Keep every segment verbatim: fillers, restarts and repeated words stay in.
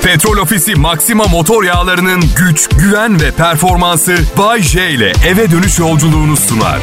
Petrol Ofisi Maxima motor yağlarının güç, güven ve performansı Bay J ile eve dönüş yolculuğunu sunar.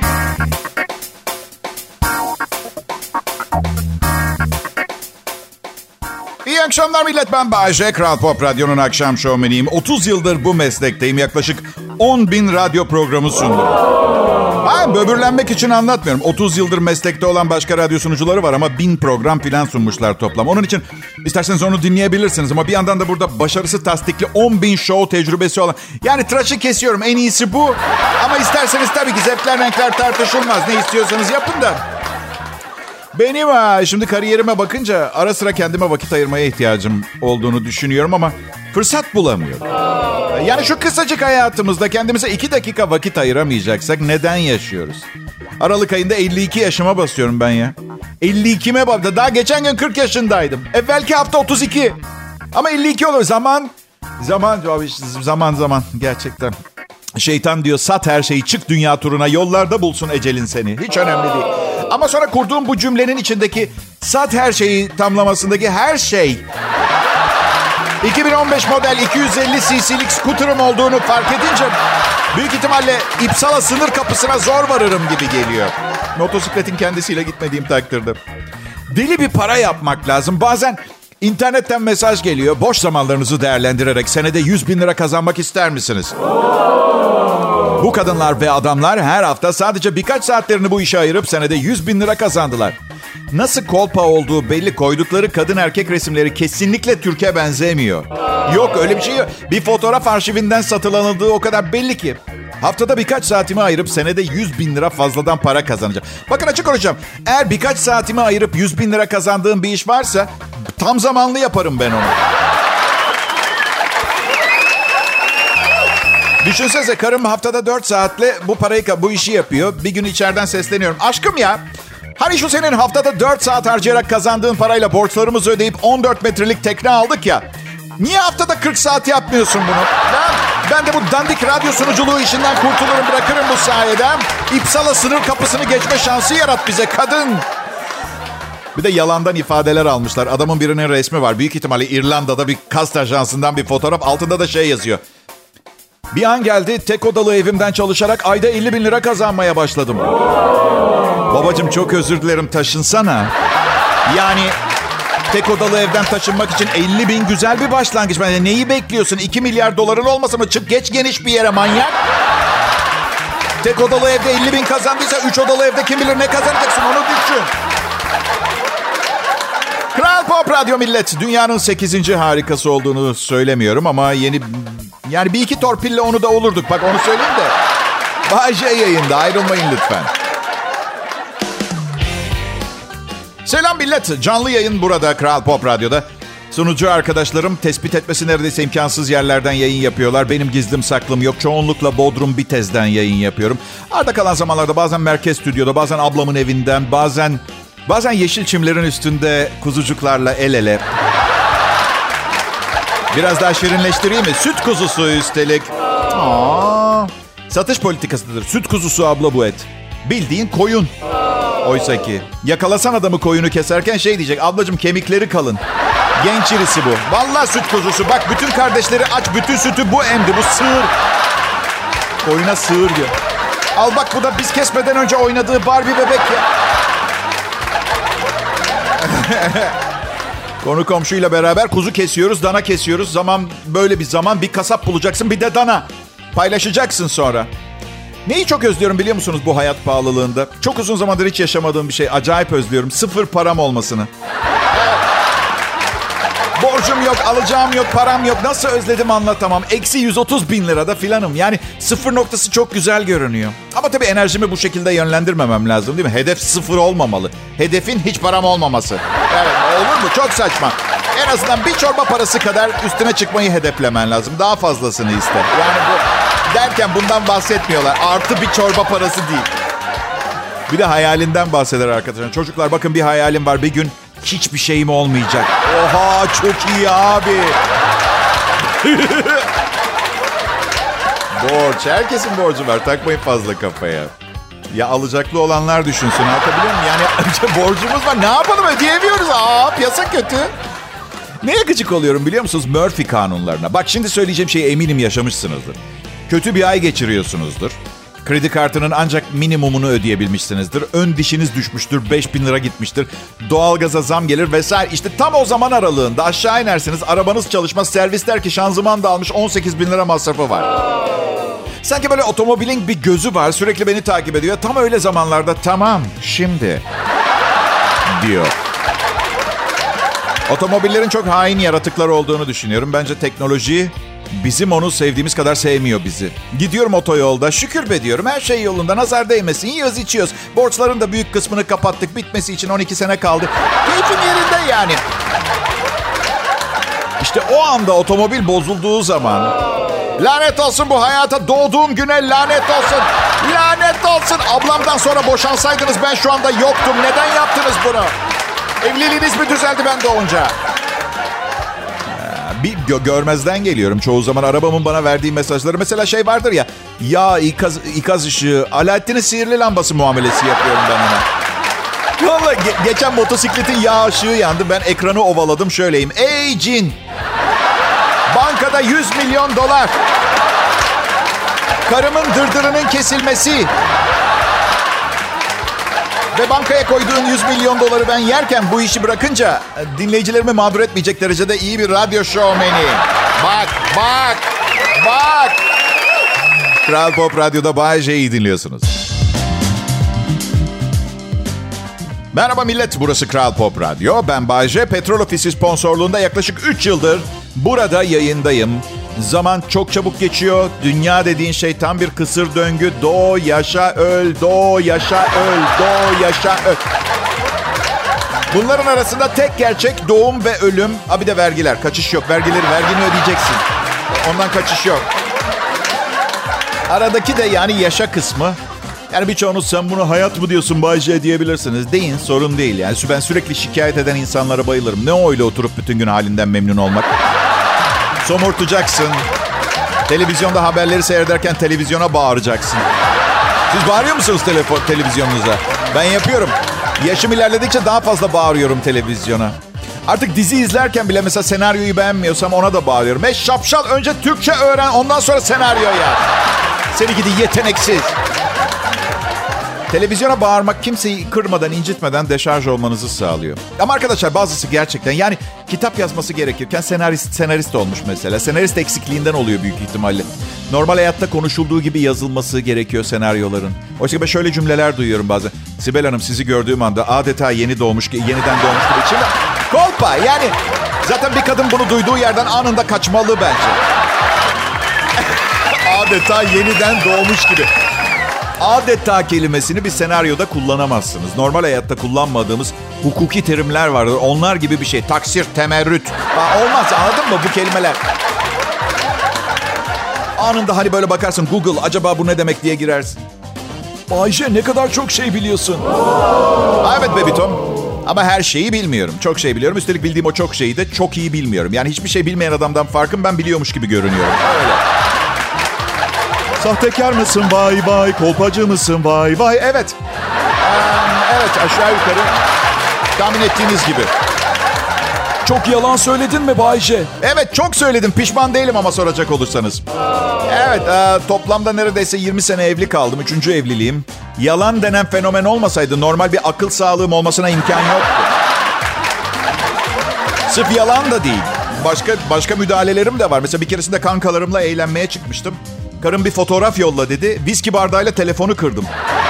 İyi akşamlar millet, ben Bay J. Kral Pop Radyo'nun akşam şovmeniyim. otuz yıldır bu meslekteyim. Yaklaşık on bin radyo programı sundum. Ha, böbürlenmek için anlatmıyorum. otuz yıldır meslekte olan başka radyo sunucuları var ama bin program filan sunmuşlar toplam. Onun için isterseniz onu dinleyebilirsiniz. Ama bir yandan da burada başarısı tasdikli on bin show tecrübesi olan... Yani tıraşı kesiyorum, en iyisi bu. Ama isterseniz tabii ki zevkler renkler tartışılmaz. Ne istiyorsanız yapın da. Benim ha, şimdi kariyerime bakınca ara sıra kendime vakit ayırmaya ihtiyacım olduğunu düşünüyorum ama fırsat bulamıyorum. Yani şu kısacık hayatımızda kendimize iki dakika vakit ayıramayacaksak neden yaşıyoruz? Aralık ayında elli iki yaşıma basıyorum ben ya. elli ikime bak. Daha geçen gün kırk yaşındaydım. Evvelki hafta otuz iki. Ama elli iki olur. Zaman, zaman, zaman, zaman. Gerçekten. Şeytan diyor sat her şeyi, çık dünya turuna, yollarda bulsun ecelin seni. Hiç önemli değil. Ama sonra kurduğum bu cümlenin içindeki sat her şeyi tamlamasındaki her şey... iki bin on beş model iki yüz elli cc'lik scooter'ım olduğunu fark edince... büyük ihtimalle İpsala sınır kapısına zor varırım gibi geliyor. Motosikletin kendisiyle gitmediğim takdirde. Deli bir para yapmak lazım. Bazen internetten mesaj geliyor. Boş zamanlarınızı değerlendirerek senede yüz bin lira kazanmak ister misiniz? Bu kadınlar ve adamlar her hafta sadece birkaç saatlerini bu işe ayırıp senede yüz bin lira kazandılar. Nasıl kolpa olduğu belli, koydukları kadın erkek resimleri kesinlikle Türkiye benzemiyor. Yok öyle bir şey yok. Bir fotoğraf arşivinden satın alındığı o kadar belli ki. Haftada birkaç saatimi ayırıp senede yüz bin lira fazladan para kazanacağım. Bakın açık konuşacağım. Eğer birkaç saatimi ayırıp yüz bin lira kazandığım bir iş varsa tam zamanlı yaparım ben onu. Düşünsenize, karım haftada dört saatle bu parayı, bu işi yapıyor. Bir gün içeriden sesleniyorum. Aşkım ya, hani şu senin haftada dört saat harcayarak kazandığın parayla borçlarımızı ödeyip on dört metrelik tekne aldık ya. Niye haftada kırk saat yapmıyorsun bunu? Ben, ben de bu dandik radyo sunuculuğu işinden kurtulurum, bırakırım bu sayede. İpsala sınır kapısını geçme şansı yarat bize kadın. Bir de yalandan ifadeler almışlar. Adamın birinin resmi var. Büyük ihtimalle İrlanda'da bir kast ajansından bir fotoğraf. Altında da şey yazıyor. Bir an geldi, tek odalı evimden çalışarak ayda elli bin lira kazanmaya başladım. Babacığım çok özür dilerim, taşınsana. Yani tek odalı evden taşınmak için elli bin güzel bir başlangıç. Yani neyi bekliyorsun? iki milyar doların olmasa mı? Çık geç geniş bir yere manyak. Tek odalı evde elli bin kazandıysa üç odalı evde kim bilir ne kazanacaksın, onu düşün. Kral Pop Radyo millet. Dünyanın sekizinci harikası olduğunu söylemiyorum ama yeni... Yani bir iki torpille onu da olurduk. Bak onu söyleyeyim de. Bay J yayında, ayrılmayın lütfen. Selam millet. Canlı yayın burada Kral Pop Radyo'da. Sunucu arkadaşlarım tespit etmesi neredeyse imkansız yerlerden yayın yapıyorlar. Benim gizlim saklım yok. Çoğunlukla Bodrum Bitez'den yayın yapıyorum. Arada kalan zamanlarda bazen merkez stüdyoda, bazen ablamın evinden, bazen... Bazen yeşil çimlerin üstünde kuzucuklarla el ele. Biraz daha şirinleştireyim mi? Süt kuzusu üstelik. Aa, satış politikasıdır. Süt kuzusu abla bu et. Bildiğin koyun. Oysa ki yakalasan adamı koyunu keserken şey diyecek. Ablacığım kemikleri kalın. Genç irisi bu. Vallahi süt kuzusu. Bak bütün kardeşleri aç. Bütün sütü bu emdi. Bu sığır. Koyuna sığır diyor. Al bak, bu da biz kesmeden önce oynadığı Barbie bebek ya. Konu komşuyla beraber kuzu kesiyoruz, dana kesiyoruz. Zaman böyle bir zaman, bir kasap bulacaksın, bir de dana. Paylaşacaksın sonra. Neyi çok özlüyorum biliyor musunuz bu hayat pahalılığında? Çok uzun zamandır hiç yaşamadığım bir şey. Acayip özlüyorum. Sıfır param olmasını. Borcum yok, alacağım yok, param yok. Nasıl özledim anlatamam. Eksi yüz otuz bin lirada filanım. Yani sıfır noktası çok güzel görünüyor. Ama tabii enerjimi bu şekilde yönlendirmemem lazım değil mi? Hedef sıfır olmamalı. Hedefin hiç param olmaması. Evet, olur mu? Çok saçma. En azından bir çorba parası kadar üstüne çıkmayı hedeflemen lazım. Daha fazlasını iste. Yani bu derken bundan bahsetmiyorlar. Artı bir çorba parası değil. Bir de hayalinden bahseder arkadaşlar. Çocuklar bakın, bir hayalim var. Bir gün hiçbir şeyim olmayacak. Oha, çok iyi abi. Borç. Herkesin borcu var. Takmayın fazla kafaya. Ya alacaklı olanlar düşünsün. Anlatabiliyor muyum? Yani borcumuz var. Ne yapalım? Ödeyemiyoruz. Aa, piyasa kötü. Neye gıcık oluyorum biliyor musunuz? Murphy kanunlarına. Bak şimdi söyleyeceğim şeyi eminim yaşamışsınızdır. Kötü bir ay geçiriyorsunuzdur. Kredi kartının ancak minimumunu ödeyebilmişsinizdir. Ön dişiniz düşmüştür, beş bin lira gitmiştir. Doğalgaza zam gelir vesaire. İşte tam o zaman aralığında aşağı inersiniz. Arabanız çalışmaz. Servis der ki şanzıman da almış, on sekiz bin lira masrafı var. Sanki böyle otomobilin bir gözü var. Sürekli beni takip ediyor. Tam öyle zamanlarda tamam şimdi diyor. Otomobillerin çok hain yaratıklar olduğunu düşünüyorum. Bence teknoloji bizim onu sevdiğimiz kadar sevmiyor bizi. Gidiyorum otoyolda, şükür be diyorum. Her şey yolunda, nazar değmesin. Yiyoruz, içiyoruz. Borçların da büyük kısmını kapattık. Bitmesi için on iki sene kaldı. Keyfim yerinde yani. İşte o anda otomobil bozulduğu zaman... Lanet olsun bu hayata, doğduğum güne lanet olsun. Lanet olsun. Ablamdan sonra boşansaydınız ben şu anda yoktum. Neden yaptınız bunu? Evliliğiniz mi düzeldi ben doğunca? Bir gö- görmezden geliyorum çoğu zaman arabamın bana verdiği mesajları. Mesela şey vardır ya, ya ikaz, ikaz ışığı, Alaaddin'in sihirli lambası muamelesi yapıyorum ben ona. Vallahi ge- geçen motosikletin yağ ışığı yandı. Ben ekranı ovaladım, şöyleyim. Ey cin! Bankada yüz milyon dolar. Karımın dırdırının kesilmesi. Ve bankaya koyduğun yüz milyon doları ben yerken bu işi bırakınca dinleyicilerimi mağdur etmeyecek derecede iyi bir radyo şovmeni. Bak, bak, bak. Kral Pop Radyo'da Bay J'yi dinliyorsunuz. Merhaba millet, burası Kral Pop Radyo. Ben Bay J, Petrol Ofisi sponsorluğunda yaklaşık üç yıldır burada yayındayım. Zaman çok çabuk geçiyor. Dünya dediğin şey tam bir kısır döngü. Doğ, yaşa, öl, doğ, yaşa, öl, doğ, yaşa, öl. Bunların arasında tek gerçek doğum ve ölüm. Ha bir de vergiler. Kaçış yok. Vergileri, vergini ödeyeceksin. Ondan kaçış yok. Aradaki de yani yaşa kısmı. Yani birçoğunuz sen bunu hayat mı diyorsun Bay J diyebilirsiniz. Deyin, sorun değil. Yani ben sürekli şikayet eden insanlara bayılırım. Ne öyle oturup bütün gün halinden memnun olmak. Somurtacaksın. Televizyonda haberleri seyrederken televizyona bağıracaksın. Siz bağırıyor musunuz telefon, televizyonunuza? Ben yapıyorum. Yaşım ilerledikçe daha fazla bağırıyorum televizyona. Artık dizi izlerken bile mesela senaryoyu beğenmiyorsam ona da bağırıyorum. Hey şapşal, önce Türkçe öğren, ondan sonra senaryo yaz. Seni gidi yeteneksiz. Televizyona bağırmak kimseyi kırmadan, incitmeden deşarj olmanızı sağlıyor. Ama arkadaşlar bazısı gerçekten yani kitap yazması gerekirken senarist senarist olmuş mesela. Senarist eksikliğinden oluyor büyük ihtimalle. Normal hayatta konuşulduğu gibi yazılması gerekiyor senaryoların. Oysa ben şöyle cümleler duyuyorum bazen. Sibel Hanım sizi gördüğüm anda adeta yeni doğmuş, yeniden doğmuş gibi içimde. Kolpa yani zaten bir kadın bunu duyduğu yerden anında kaçmalı bence. Adeta yeniden doğmuş gibi. Adeta kelimesini bir senaryoda kullanamazsınız. Normal hayatta kullanmadığımız hukuki terimler vardır. Onlar gibi bir şey. Taksir, temerrüt. Aa, olmaz, anladın mı bu kelimeler? Anında hani böyle bakarsın Google acaba bu ne demek diye girersin. Ayşe ne kadar çok şey biliyorsun. Aa, evet Baby Tom. Ama her şeyi bilmiyorum. Çok şey biliyorum. Üstelik bildiğim o çok şeyi de çok iyi bilmiyorum. Yani hiçbir şey bilmeyen adamdan farkım ben biliyormuş gibi görünüyorum. Öyle. Sahtekar mısın vay vay, kolpacı mısın vay vay. Evet. Ee, evet aşağı yukarı tahmin ettiğiniz gibi. Çok yalan söyledin mi Bayce? Evet çok söyledim, pişman değilim ama soracak olursanız. Evet e, toplamda neredeyse yirmi sene evli kaldım. Üçüncü evliliğim. Yalan denen fenomen olmasaydı normal bir akıl sağlığım olmasına imkan yoktu. Sırf yalan da değil. Başka başka müdahalelerim de var. Mesela bir keresinde kankalarımla eğlenmeye çıkmıştım. Karım bir fotoğraf yolla dedi. Viski bardağıyla telefonu kırdım.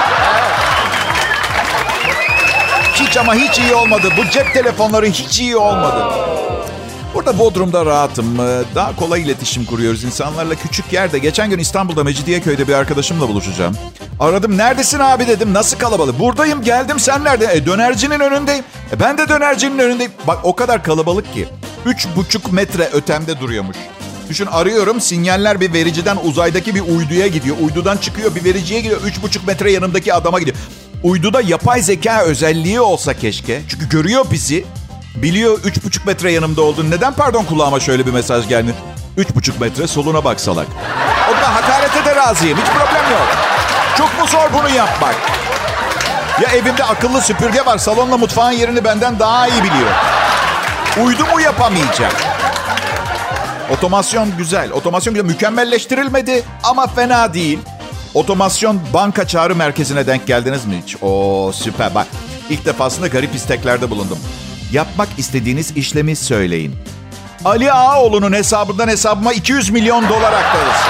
Hiç ama hiç iyi olmadı. Bu cep telefonları hiç iyi olmadı. Burada Bodrum'da rahatım. Daha kolay iletişim kuruyoruz insanlarla. Küçük yerde. Geçen gün İstanbul'da Mecidiyeköy'de bir arkadaşımla buluşacağım. Aradım. Neredesin abi dedim. Nasıl kalabalık? Buradayım geldim. Sen nerede? E, dönercinin önündeyim. E, ben de dönercinin önündeyim. Bak o kadar kalabalık ki. Üç buçuk metre ötemde duruyormuş. Düşün arıyorum, sinyaller bir vericiden uzaydaki bir uyduya gidiyor. Uydudan çıkıyor bir vericiye gidiyor. Üç buçuk metre yanımdaki adama gidiyor. Uyduda yapay zeka özelliği olsa keşke. Çünkü görüyor bizi. Biliyor üç buçuk metre yanımda olduğunu. Neden pardon kulağıma şöyle bir mesaj gelmiyor? Üç buçuk metre soluna bak salak. O da hakarete de razıyım. Hiç problem yok. Çok mu zor bunu yapmak? Ya evimde akıllı süpürge var. Salonla mutfağın yerini benden daha iyi biliyor. Uydu mu yapamayacak? Otomasyon güzel. Otomasyon güzel. Mükemmelleştirilmedi ama fena değil. Otomasyon banka çağrı merkezine denk geldiniz mi hiç? Oo süper. Bak ilk defasında garip isteklerde bulundum. Yapmak istediğiniz işlemi söyleyin. Ali Ağaoğlu'nun hesabından hesabıma iki yüz milyon dolar aktarılsın.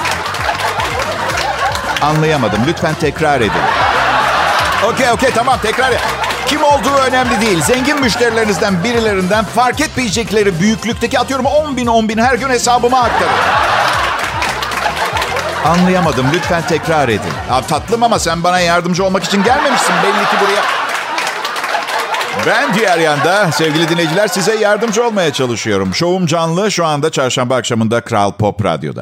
Anlayamadım. Lütfen tekrar edin. Okey okey tamam tekrar et. Kim olduğu önemli değil. Zengin müşterilerinizden birilerinden fark etmeyecekleri büyüklükteki atıyorum on bin on bin her gün hesabıma aktarın. Anlayamadım. Lütfen tekrar edin. Abi tatlım ama sen bana yardımcı olmak için gelmemişsin belli ki buraya. Ben diğer yanda sevgili dinleyiciler size yardımcı olmaya çalışıyorum. Şovum canlı şu anda çarşamba akşamında Kral Pop Radyo'da.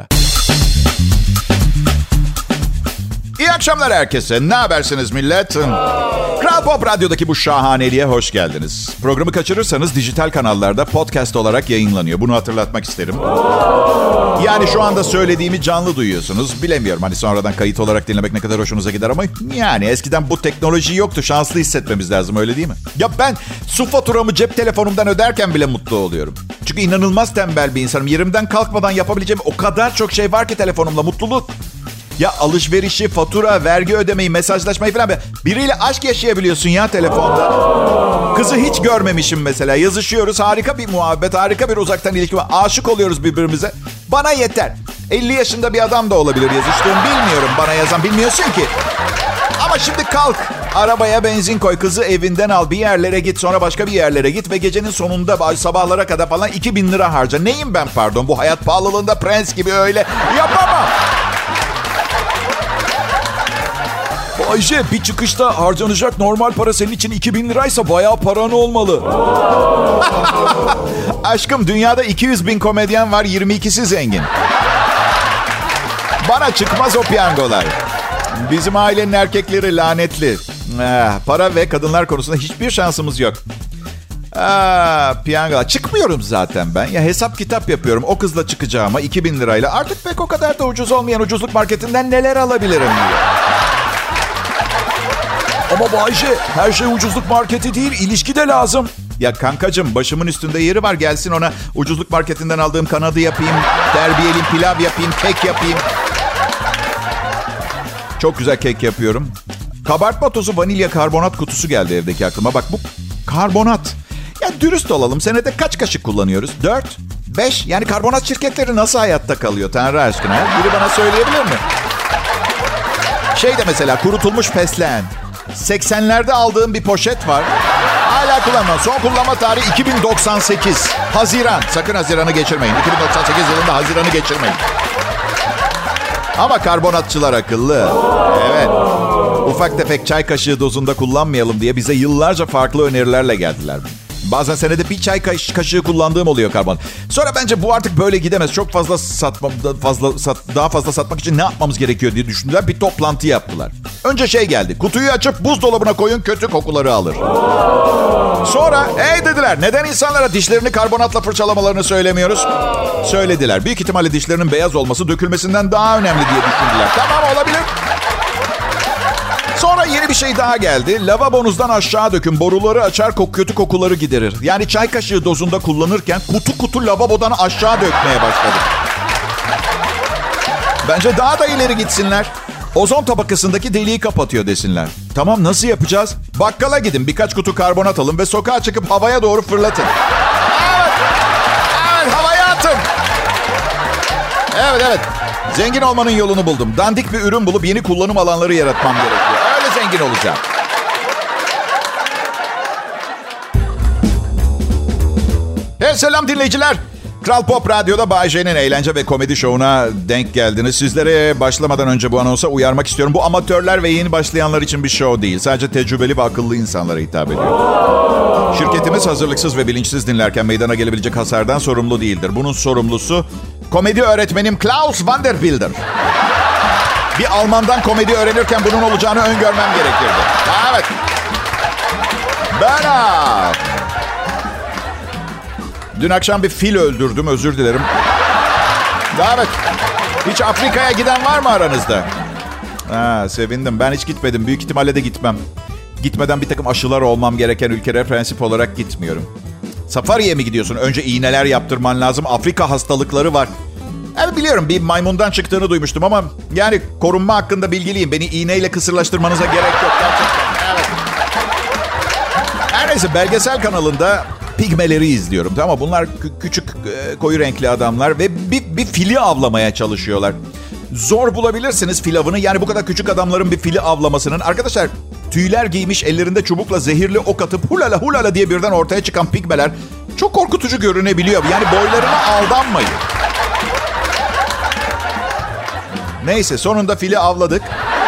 İyi akşamlar herkese. Ne habersiniz millet? Kral Pop Radyo'daki bu şahaneliğe hoş geldiniz. Programı kaçırırsanız dijital kanallarda podcast olarak yayınlanıyor. Bunu hatırlatmak isterim. Yani şu anda söylediğimi canlı duyuyorsunuz. Bilemiyorum hani sonradan kayıt olarak dinlemek ne kadar hoşunuza gider ama yani eskiden bu teknoloji yoktu. Şanslı hissetmemiz lazım öyle değil mi? Ya ben su faturamı cep telefonumdan öderken bile mutlu oluyorum. Çünkü inanılmaz tembel bir insanım. Yerimden kalkmadan yapabileceğim o kadar çok şey var ki telefonumla. Mutluluk. Ya alışverişi, fatura, vergi ödemeyi, mesajlaşmayı falan. Biriyle aşk yaşayabiliyorsun ya telefonda. Kızı hiç görmemişim mesela. Yazışıyoruz. Harika bir muhabbet, harika bir uzaktan ilişki var. Aşık oluyoruz birbirimize. Bana yeter. elli yaşında bir adam da olabilir yazıştığım. Bilmiyorum bana yazan. Bilmiyorsun ki. Ama şimdi kalk. Arabaya benzin koy. Kızı evinden al. Bir yerlere git. Sonra başka bir yerlere git. Ve gecenin sonunda sabahlara kadar falan iki bin lira harca. Neyim ben pardon? Bu hayat pahalılığında prens gibi öyle yapamam. Ayşe bir çıkışta harcanacak normal para senin için iki bin liraysa bayağı paran olmalı. Aşkım dünyada iki yüz bin komedyen var, yirmi ikisi zengin. Bana çıkmaz o piyangolar. Bizim ailenin erkekleri lanetli. Ah, para ve kadınlar konusunda hiçbir şansımız yok. Aa, piyango. Çıkmıyorum zaten ben. Ya hesap kitap yapıyorum. O kızla çıkacağıma iki bin lirayla artık pek o kadar da ucuz olmayan ucuzluk marketinden neler alabilirim diye. Ama Bayce her şey ucuzluk marketi değil, ilişki de lazım. Ya kankacığım başımın üstünde yeri var, gelsin ona ucuzluk marketinden aldığım kanadı yapayım, terbiyeliyim, pilav yapayım, kek yapayım. Çok güzel kek yapıyorum. Kabartma tozu vanilya karbonat kutusu geldi evdeki aklıma. Bak bu karbonat. Ya dürüst olalım, senede kaç kaşık kullanıyoruz? Dört, beş. Yani karbonat şirketleri nasıl hayatta kalıyor Tanrı aşkına? Biri bana söyleyebilir mi? Şey de mesela kurutulmuş fesleğen. seksenlerde aldığım bir poşet var. Hala kullanmam. Son kullanma tarihi iki bin doksan sekiz. Haziran. Sakın Haziran'ı geçirmeyin. iki bin doksan sekiz yılında Haziran'ı geçirmeyin. Ama karbonatçılar akıllı. Evet. Ufak tefek çay kaşığı dozunda kullanmayalım diye bize yıllarca farklı önerilerle geldiler. Bazen senede bir çay kaş- kaşığı kullandığım oluyor karbonat. Sonra bence bu artık böyle gidemez. Çok fazla satmam, fazla sat, daha fazla satmak için ne yapmamız gerekiyor diye düşündüler. Bir toplantı yaptılar. Önce şey geldi. Kutuyu açıp buzdolabına koyun, kötü kokuları alır. Sonra hey dediler, neden insanlara dişlerini karbonatla fırçalamalarını söylemiyoruz? Söylediler. Büyük ihtimalle dişlerinin beyaz olması dökülmesinden daha önemli diye düşündüler. Tamam, olabilir. Sonra yeni bir şey daha geldi. Lavabonuzdan aşağı dökün. Boruları açar, kok kötü kokuları giderir. Yani çay kaşığı dozunda kullanırken kutu kutu lavabodan aşağı dökmeye başladık. Bence daha da ileri gitsinler. Ozon tabakasındaki deliği kapatıyor desinler. Tamam, nasıl yapacağız? Bakkala gidin, birkaç kutu karbonat alın ve sokağa çıkıp havaya doğru fırlatın. Evet, evet havaya atın. Evet, evet. Zengin olmanın yolunu buldum. Dandik bir ürün bulup yeni kullanım alanları yaratmam gerekiyor. Öyle zengin olacağım. Evet, selam dinleyiciler. Kral Pop Radyo'da Bay J'nin eğlence ve komedi şovuna denk geldiniz. Sizlere başlamadan önce bu anonsa uyarmak istiyorum. Bu amatörler ve yeni başlayanlar için bir şov değil. Sadece tecrübeli ve akıllı insanlara hitap ediyor. Şirketimiz hazırlıksız ve bilinçsiz dinlerken meydana gelebilecek hasardan sorumlu değildir. Bunun sorumlusu komedi öğretmenim Klaus Vanderbilder. Bir Almandan komedi öğrenirken bunun olacağını öngörmem gerekirdi. Evet. Ben ha. Dün akşam bir fil öldürdüm, özür dilerim. Evet. Hiç Afrika'ya giden var mı aranızda? Ha, sevindim. Ben hiç gitmedim. Büyük ihtimalle de gitmem. Gitmeden bir takım aşılar olmam gereken ülkelere prensip olarak gitmiyorum. Safari'ye mi gidiyorsun? Önce iğneler yaptırman lazım. Afrika hastalıkları var. Evet biliyorum, bir maymundan çıktığını duymuştum ama yani korunma hakkında bilgiliyim. Beni iğneyle kısırlaştırmanıza gerek yok gerçekten. Evet. Her neyse, belgesel kanalında pigmeleri izliyorum. Tamam mı? Bunlar kü- küçük e, koyu renkli adamlar ve bir, bir fili avlamaya çalışıyorlar. Zor bulabilirsiniz fil avını. Yani bu kadar küçük adamların bir fili avlamasının. Arkadaşlar, tüyler giymiş, ellerinde çubukla zehirli ok atıp hulala hulala diye birden ortaya çıkan pigmeler çok korkutucu görünebiliyor. Yani boylarına aldanmayın. Neyse, sonunda fili avladık.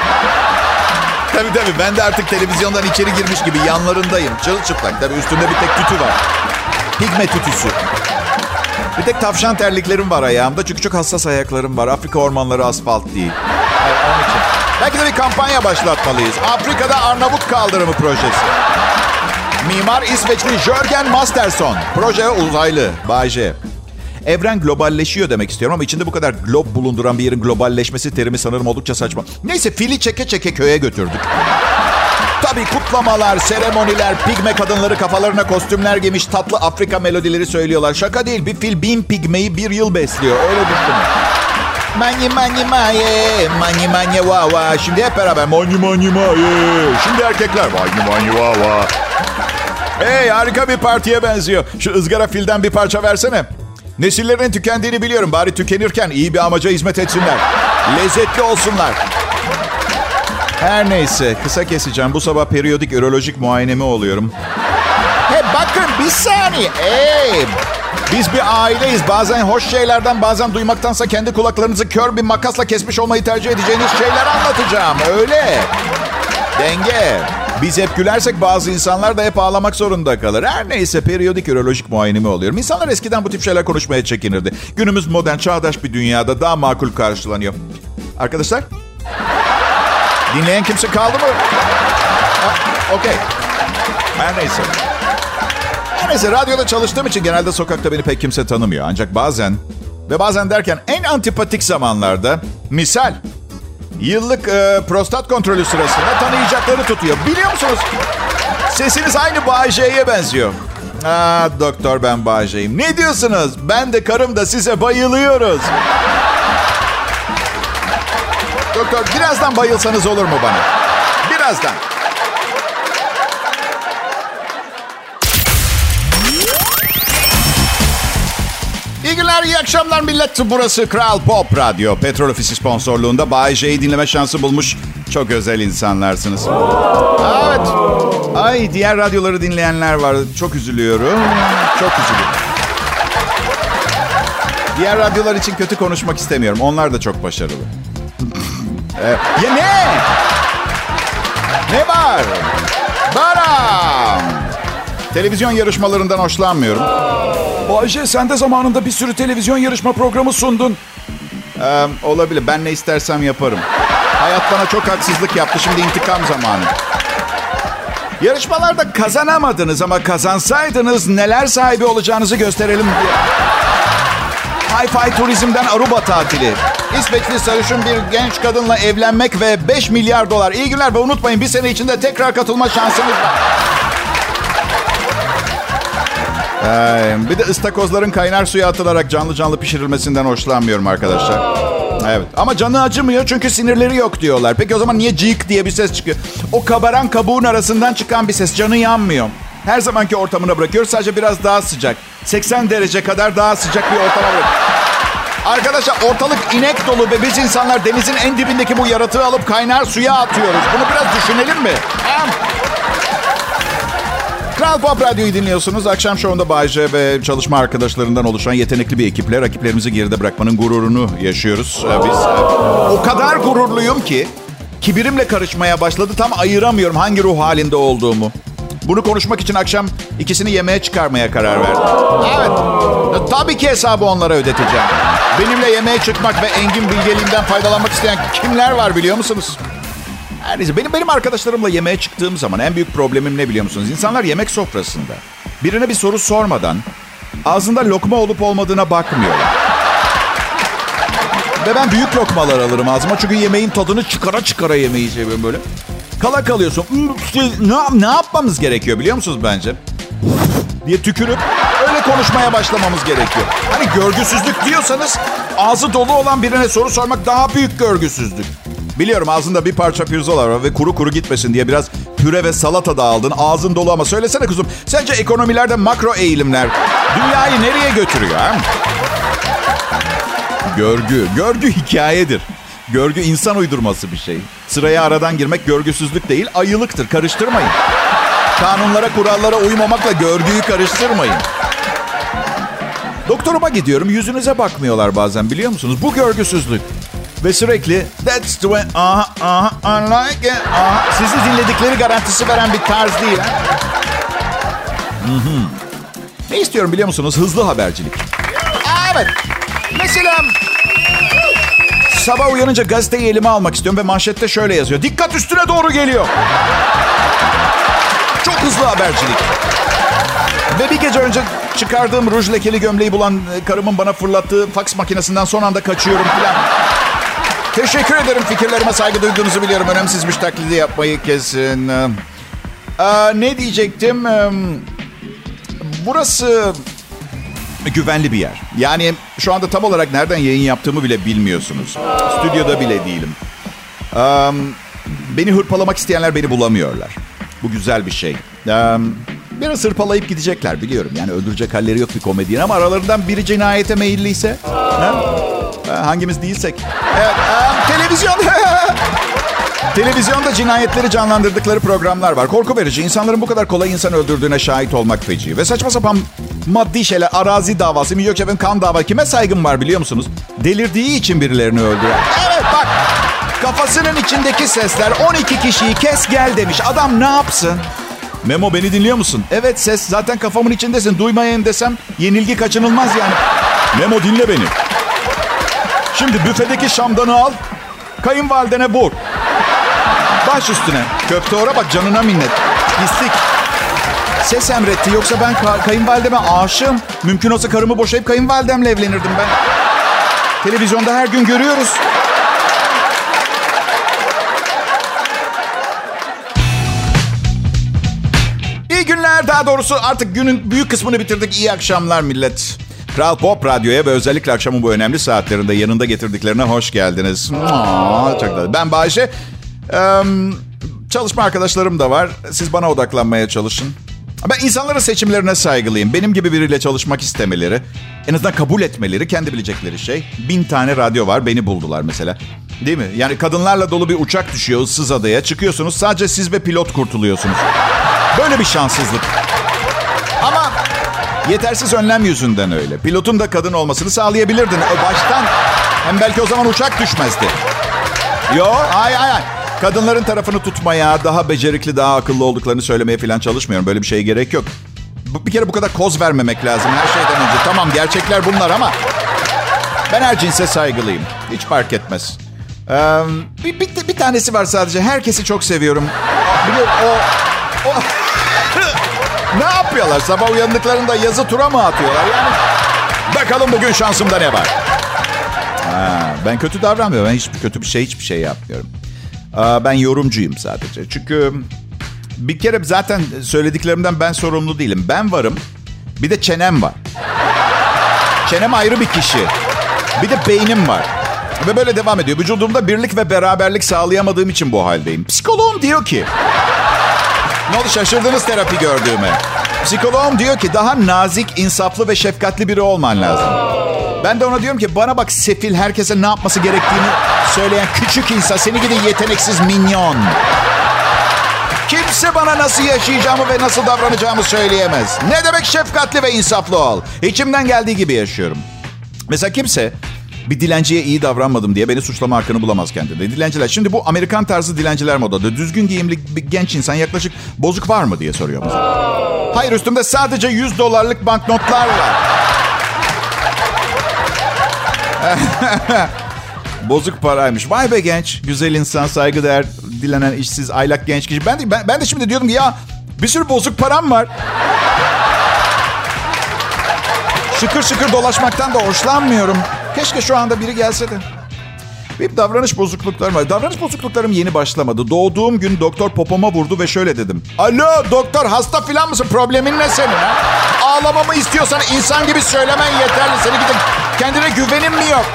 Tabii tabii, ben de artık televizyondan içeri girmiş gibi yanlarındayım. Çırılçıplak. Tabii üstümde bir tek tütü var. Pigme tütüsü. Bir tek tavşan terliklerim var ayağımda. Çünkü çok hassas ayaklarım var. Afrika ormanları asfalt değil. Evet, onun için. Belki de bir kampanya başlatmalıyız. Afrika'da Arnavut kaldırımı projesi. Mimar İsveçli Jörgen Masterson. Proje uzaylı. Bay J. Evren globalleşiyor demek istiyorum ama içinde bu kadar glob bulunduran bir yerin globalleşmesi terimi sanırım oldukça saçma. Neyse, fili çeke çeke köye götürdük. Tabii kutlamalar, seremoniler, pigme kadınları kafalarına kostümler giymiş tatlı Afrika melodileri söylüyorlar. Şaka değil, bir fil bin pigmeyi bir yıl besliyor. Öyle düşünün. Mani mani maye, mani mani wa wa. Şimdi hep beraber mani mani maye. Şimdi erkekler mani mani wa wa. Hey, harika bir partiye benziyor. Şu ızgara filden bir parça versene. Nesillerinin tükendiğini biliyorum. Bari tükenirken iyi bir amaca hizmet etsinler. Lezzetli olsunlar. Her neyse, kısa keseceğim. Bu sabah periyodik ürolojik muayenemi oluyorum. Hey bakın, bir saniye. Hey, biz bir aileyiz. Bazen hoş şeylerden, bazen duymaktansa kendi kulaklarınızı kör bir makasla kesmiş olmayı tercih edeceğiniz şeyler anlatacağım. Öyle. Denge. Biz hep gülersek bazı insanlar da hep ağlamak zorunda kalır. Her neyse, periyodik ürolojik muayenemi oluyorum. İnsanlar eskiden bu tip şeyler konuşmaya çekinirdi. Günümüz modern, çağdaş bir dünyada daha makul karşılanıyor. Arkadaşlar? Dinleyen kimse kaldı mı? Okey. Her neyse. Her neyse, radyoda çalıştığım için genelde sokakta beni pek kimse tanımıyor. Ancak bazen ve bazen derken en antipatik zamanlarda, misal yıllık e, prostat kontrolü sırasında tanıyacakları tutuyor. Biliyor musunuz? Sesiniz aynı Bay J'ye benziyor. Aa, doktor, ben Bay J'yim. Ne diyorsunuz? Ben de karım da size bayılıyoruz. Doktor, birazdan bayılsanız olur mu bana? Birazdan. İyi günler, iyi akşamlar millet. Burası Kral Pop Radyo. Petrol Ofisi sponsorluğunda Bay J'yi dinleme şansı bulmuş çok özel insanlarsınız. Evet. Ay, diğer radyoları dinleyenler var. Çok üzülüyorum. Çok üzülüyorum. Diğer radyolar için kötü konuşmak istemiyorum. Onlar da çok başarılı. Evet. Ya ne? Ne var? Baram. Televizyon yarışmalarından hoşlanmıyorum. Bayce, sen de zamanında bir sürü televizyon yarışma programı sundun. Ee, olabilir. Ben ne istersem yaparım. Hayat bana çok haksızlık yaptı. Şimdi intikam zamanı. Yarışmalarda kazanamadınız ama kazansaydınız neler sahibi olacağınızı gösterelim diye. Hi-Fi Turizm'den Aruba tatili. İsveçli sarışın bir genç kadınla evlenmek ve beş milyar dolar. İyi günler ve unutmayın, bir sene içinde tekrar katılma şansınız var. Ee, bir de ıstakozların kaynar suya atılarak canlı canlı pişirilmesinden hoşlanmıyorum arkadaşlar. Evet, ama canı acımıyor çünkü sinirleri yok diyorlar. Peki o zaman niye cık diye bir ses çıkıyor? O kabaran kabuğun arasından çıkan bir ses. Canı yanmıyor. Her zamanki ortamına bırakıyor, sadece biraz daha sıcak. seksen derece kadar daha sıcak bir ortama bırakıyor. Arkadaşlar, ortalık inek dolu ve biz insanlar denizin en dibindeki bu yaratığı alıp kaynar suya atıyoruz. Bunu biraz düşünelim mi? Hem... Kral Pop Radyo'yu dinliyorsunuz. Akşam şovunda Bay J ve çalışma arkadaşlarından oluşan yetenekli bir ekiple rakiplerimizi geride bırakmanın gururunu yaşıyoruz. Biz o kadar gururluyum ki kibirimle karışmaya başladı. Tam ayıramıyorum hangi ruh halinde olduğumu. Bunu konuşmak için akşam ikisini yemeğe çıkarmaya karar verdim. Evet. Tabii ki hesabı onlara ödeteceğim. Benimle yemeğe çıkmak ve engin bilgeliğimden faydalanmak isteyen kimler var biliyor musunuz? Her neyse, benim, benim arkadaşlarımla yemeğe çıktığım zaman en büyük problemim ne biliyor musunuz? İnsanlar yemek sofrasında birine bir soru sormadan ağzında lokma olup olmadığına bakmıyorlar. Ve ben büyük lokmalar alırım ağzıma çünkü yemeğin tadını çıkara çıkara yemeyi seviyorum böyle. Kala kalıyorsun. Ne, ne yapmamız gerekiyor biliyor musunuz bence? diye tükürüp böyle konuşmaya başlamamız gerekiyor. Hani görgüsüzlük diyorsanız ağzı dolu olan birine soru sormak daha büyük görgüsüzlük. Biliyorum ağzında bir parça pirzola var ve kuru kuru gitmesin diye biraz püre ve salata da aldın. Ağzın dolu ama söylesene kuzum. Sence ekonomilerde makro eğilimler dünyayı nereye götürüyor? Ha? Görgü. Görgü hikayedir. Görgü insan uydurması bir şey. Sıraya aradan girmek görgüsüzlük değil, ayılıktır. Karıştırmayın. Kanunlara, kurallara uymamakla görgüyü karıştırmayın. Doktoruma gidiyorum. Yüzünüze bakmıyorlar bazen, biliyor musunuz? Bu görgüsüzlük. Ve sürekli that's the way, aha, aha, I like it, aha. Sizi dinledikleri garantisi veren bir tarz değil. Ha? Hı-hı. Ne istiyorum biliyor musunuz? Hızlı habercilik. Evet. Mesela sabah uyanınca gazeteyi elime almak istiyorum ve manşette şöyle yazıyor. Dikkat, üstüne doğru geliyor. Çok hızlı habercilik. Ve bir gece önce çıkardığım ruj lekeli gömleği bulan karımın bana fırlattığı faks makinesinden son anda kaçıyorum falan. Teşekkür ederim. Fikirlerime saygı duyduğunuzu biliyorum. Önemsizmiş, taklidi yapmayı kesin. Ee, ne diyecektim? Ee, burası güvenli bir yer. Yani şu anda tam olarak nereden yayın yaptığımı bile bilmiyorsunuz. Stüdyoda bile değilim. Ee, beni hırpalamak isteyenler beni bulamıyorlar. Bu güzel bir şey. Ee, biraz hırpalayıp gidecekler biliyorum. Yani öldürecek halleri yok bir komedyen ama aralarından biri cinayete meyilliyse... Ha? Hangimiz değilsek. Evet, um, televizyon. Televizyonda cinayetleri canlandırdıkları programlar var. Korku verici. İnsanların bu kadar kolay insan öldürdüğüne şahit olmak feci. Ve saçma sapan maddi şeyler, arazi davası, Milyokev'in kan davası. Kime saygım var biliyor musunuz? Delirdiği için birilerini öldüren. Evet bak, kafasının içindeki sesler on iki kişiyi kes gel demiş. Adam ne yapsın? Memo, beni dinliyor musun? Evet, ses zaten kafamın içindesin. Duymayayım desem yenilgi kaçınılmaz yani. Memo, dinle beni. Şimdi büfedeki şamdanı al, kayınvalidene vur. Baş üstüne. Köfteora bak, canına minnet. Pislik. Ses emretti, yoksa ben ka- kayınvalideme aşığım. Mümkün olsa karımı boşayıp kayınvalidemle evlenirdim ben. Televizyonda her gün görüyoruz. İyi günler, daha doğrusu artık günün büyük kısmını bitirdik. İyi akşamlar millet. Kral Pop Radyo'ya ve özellikle akşamın bu önemli saatlerinde yanında getirdiklerine hoş geldiniz. Aa, çok da. Ben Bayşe. Ee, çalışma arkadaşlarım da var. Siz bana odaklanmaya çalışın. Ben insanların seçimlerine saygılıyım. Benim gibi biriyle çalışmak istemeleri, en azından kabul etmeleri kendi bilecekleri şey. Bin tane radyo var, beni buldular mesela. Değil mi? Yani kadınlarla dolu bir uçak düşüyor ıssız adaya. Çıkıyorsunuz, sadece siz ve pilot kurtuluyorsunuz. Böyle bir şanssızlık. Ama yetersiz önlem yüzünden öyle. Pilotun da kadın olmasını sağlayabilirdin baştan. Hem belki o zaman uçak düşmezdi. Yo, ay ay ay. Kadınların tarafını tutmaya, daha becerikli, daha akıllı olduklarını söylemeye falan çalışmıyorum. Böyle bir şeye gerek yok. Bir kere bu kadar koz vermemek lazım her şeyden önce. Tamam, gerçekler bunlar ama ben her cinse saygılıyım. Hiç fark etmez. Ee, bir, bir, bir tanesi var sadece. Herkesi çok seviyorum. Biliyor, o... o... Ne yapıyorlar? Sabah uyandıklarında yazı tura mı atıyorlar? Yani bakalım bugün şansımda ne var? Ha, ben kötü davranmıyorum. Ben hiçbir kötü bir şey, hiçbir şey yapmıyorum. Aa, ben yorumcuyum sadece. Çünkü bir kere zaten söylediklerimden ben sorumlu değilim. Ben varım. Bir de çenem var. Çenem ayrı bir kişi. Bir de beynim var. Ve böyle devam ediyor. Vücudumda birlik ve beraberlik sağlayamadığım için bu haldeyim. Psikoloğum diyor ki... Ne oldu, şaşırdınız terapi gördüğüme? Psikoloğum diyor ki daha nazik, insaflı ve şefkatli biri olman lazım. Ben de ona diyorum ki bana bak sefil, herkese ne yapması gerektiğini söyleyen küçük insan, seni gidi yeteneksiz minyon. Kimse bana nasıl yaşayacağımı ve nasıl davranacağımı söyleyemez. Ne demek şefkatli ve insaflı ol? İçimden geldiği gibi yaşıyorum. Mesela kimse bir dilenciye iyi davranmadım diye beni suçlama hakkını bulamaz kendine. Dilenciler, şimdi bu Amerikan tarzı dilenciler modada. Düzgün giyimli bir genç insan yaklaşık bozuk var mı diye soruyor mesela. Hayır, üstümde sadece yüz dolarlık banknotlar var. Bozuk paraymış. Vay be genç, güzel insan, saygıdeğer, dilenen, işsiz, aylak genç kişi. Ben de, ben, ben de şimdi diyordum ki ya bir sürü bozuk param var. Şıkır şıkır dolaşmaktan da hoşlanmıyorum. Keşke şu anda biri gelse de. Benim davranış bozukluklarım var. Davranış bozukluklarım yeni başlamadı. Doğduğum gün doktor popoma vurdu ve şöyle dedim. Alo doktor, hasta falan mısın? Problemin ne senin ha? Ağlamamı istiyorsan insan gibi söylemen yeterli. Senin gidin kendine güvenin mi yok?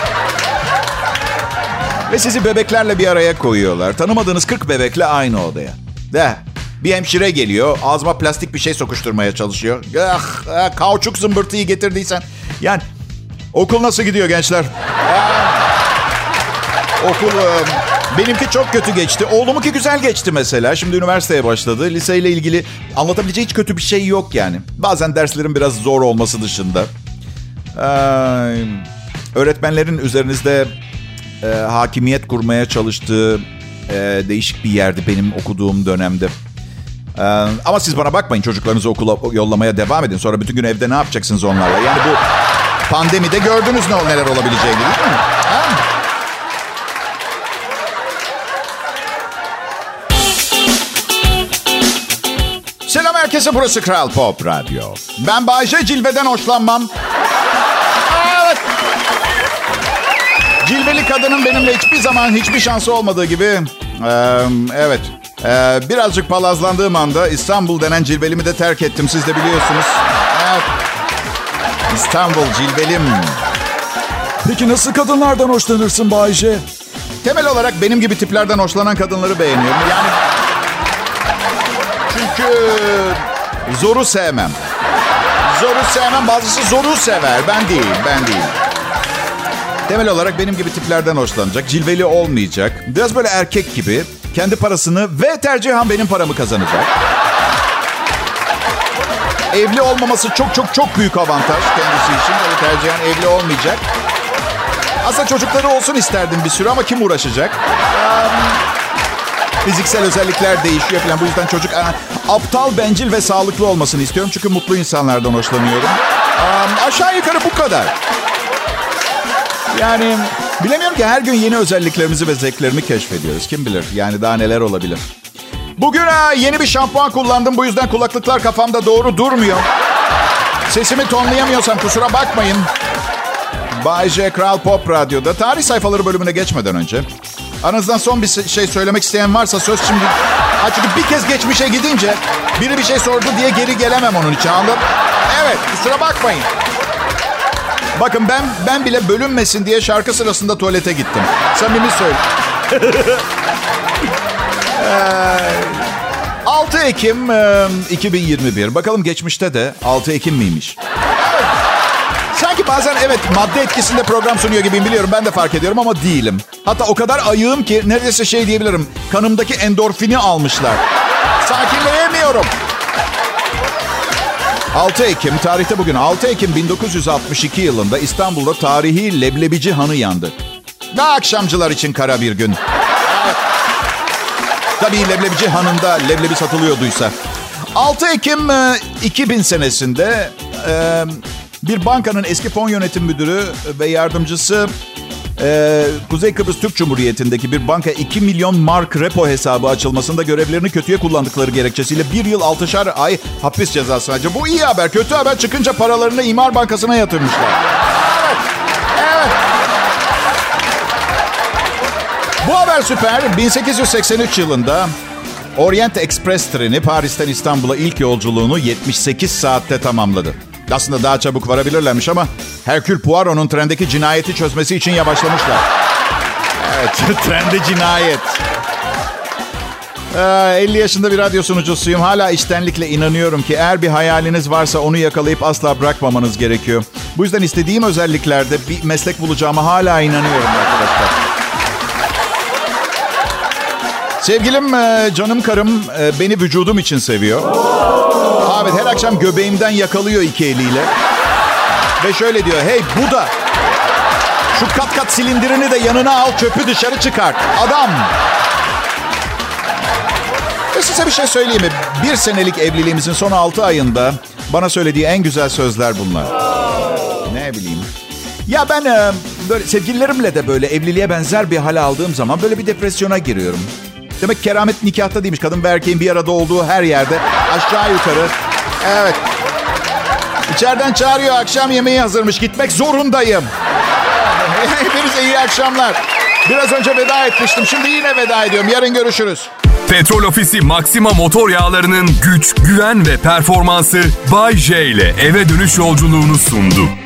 Ve sizi bebeklerle bir araya koyuyorlar. Tanımadığınız kırk bebekle aynı odaya. De, bir hemşire geliyor. Ağzıma plastik bir şey sokuşturmaya çalışıyor. Ah, ah, kauçuk zımbırtıyı getirdiysen. Yani okul nasıl gidiyor gençler? Okul e, benimki çok kötü geçti. Oğlumunki güzel geçti mesela. Şimdi üniversiteye başladı. Liseyle ilgili anlatabileceği hiç kötü bir şey yok yani. Bazen derslerin biraz zor olması dışında. Ee, öğretmenlerin üzerinizde e, hakimiyet kurmaya çalıştığı e, değişik bir yerdi benim okuduğum dönemde. Ee, ama siz bana bakmayın, çocuklarınızı okula yollamaya devam edin. Sonra bütün gün evde ne yapacaksınız onlarla? Yani bu pandemide gördünüz ne neler olabileceğini, değil mi? Ha? Selam herkese, burası Kral Pop Radyo. Ben Bay J, cilveden hoşlanmam. Evet. Cilveli kadının benimle hiçbir zaman hiçbir şansı olmadığı gibi... Ee, evet. Ee, birazcık palazlandığım anda İstanbul denen cilvelimi de terk ettim. Siz de biliyorsunuz. Evet. İstanbul cilvelim. Peki nasıl kadınlardan hoşlanırsın Bay J? Temel olarak benim gibi tiplerden hoşlanan kadınları beğeniyorum. Yani... Çünkü zoru sevmem. Zoru sevmem. Bazısı zoru sever. Ben değil, ben değil. Temel olarak benim gibi tiplerden hoşlanacak. Cilveli olmayacak. Biraz böyle erkek gibi. Kendi parasını ve tercihen benim paramı kazanacak. Evli olmaması çok çok çok büyük avantaj kendisi için. Böyle tercihen evli olmayacak. Aslında çocukları olsun isterdim bir sürü ama kim uğraşacak? Um, fiziksel özellikler değişiyor falan. Bu yüzden çocuk uh, aptal, bencil ve sağlıklı olmasını istiyorum. Çünkü mutlu insanlardan hoşlanıyorum. Um, aşağı yukarı bu kadar. Yani bilemiyorum ki, her gün yeni özelliklerimizi ve zevklerimi keşfediyoruz. Kim bilir yani daha neler olabilir. Bugün ha, yeni bir şampuan kullandım. Bu yüzden kulaklıklar kafamda doğru durmuyor. Sesimi tonlayamıyorsam kusura bakmayın. Bay J, Kral Pop Radyo'da. Tarih sayfaları bölümüne geçmeden önce aranızdan son bir şey söylemek isteyen varsa söz şimdi. Ha, çünkü bir kez geçmişe gidince biri bir şey sordu diye geri gelemem onun için, anladın? Evet, kusura bakmayın. Bakın ben ben bile bölünmesin diye şarkı sırasında tuvalete gittim. Samimi söyle. altı Ekim iki bin yirmi bir. Bakalım geçmişte de altı Ekim miymiş? Sanki bazen evet madde etkisinde program sunuyor gibiyim, biliyorum. Ben de fark ediyorum ama değilim. Hatta o kadar ayığım ki neredeyse şey diyebilirim. Kanımdaki endorfini almışlar. Sakinleyemiyorum. altı Ekim, tarihte bugün. altı Ekim bin dokuz yüz altmış iki yılında İstanbul'da tarihi Leblebici Hanı yandı. Ne akşamcılar için kara bir gün. Tabii Leblebici Hanı'nda leblebi satılıyorduysa. altı Ekim iki bin senesinde bir bankanın eski fon yönetim müdürü ve yardımcısı Kuzey Kıbrıs Türk Cumhuriyeti'ndeki bir banka iki milyon mark repo hesabı açılmasında görevlerini kötüye kullandıkları gerekçesiyle bir yıl altışar ay hapis cezası alacak. Bu iyi haber. Kötü haber çıkınca paralarını İmar Bankası'na yatırmışlar. Evet. Evet. Bu haber süper. bin sekiz yüz seksen üç yılında Orient Express treni Paris'ten İstanbul'a ilk yolculuğunu yetmiş sekiz saatte tamamladı. Aslında daha çabuk varabilirlermiş ama Hercule Poirot'un trendeki cinayeti çözmesi için yavaşlamışlar. Evet, trende cinayet. Ee, elli yaşında bir radyo sunucusuyum. Hala içtenlikle inanıyorum ki eğer bir hayaliniz varsa onu yakalayıp asla bırakmamanız gerekiyor. Bu yüzden istediğim özelliklerde bir meslek bulacağıma hala inanıyorum arkadaşlar. Sevgilim, canım karım beni vücudum için seviyor. Evet, her akşam göbeğimden yakalıyor iki eliyle. Ve şöyle diyor: hey Buda, şu kat kat silindirini de yanına al, çöpü dışarı çıkart. Adam. Ve size bir şey söyleyeyim mi? Bir senelik evliliğimizin son altı ayında bana söylediği en güzel sözler bunlar. Ne bileyim. Ya ben böyle sevgililerimle de böyle evliliğe benzer bir hal aldığım zaman böyle bir depresyona giriyorum. Demek keramet nikahta değilmiş. Kadın ve erkeğin bir arada olduğu her yerde aşağı yukarı. Evet. İçeriden çağırıyor. Akşam yemeği hazırmış. Gitmek zorundayım. Hepinize iyi akşamlar. Biraz önce veda etmiştim. Şimdi yine veda ediyorum. Yarın görüşürüz. Petrol Ofisi Maxima motor yağlarının güç, güven ve performansı Bay J ile eve dönüş yolculuğunu sundu.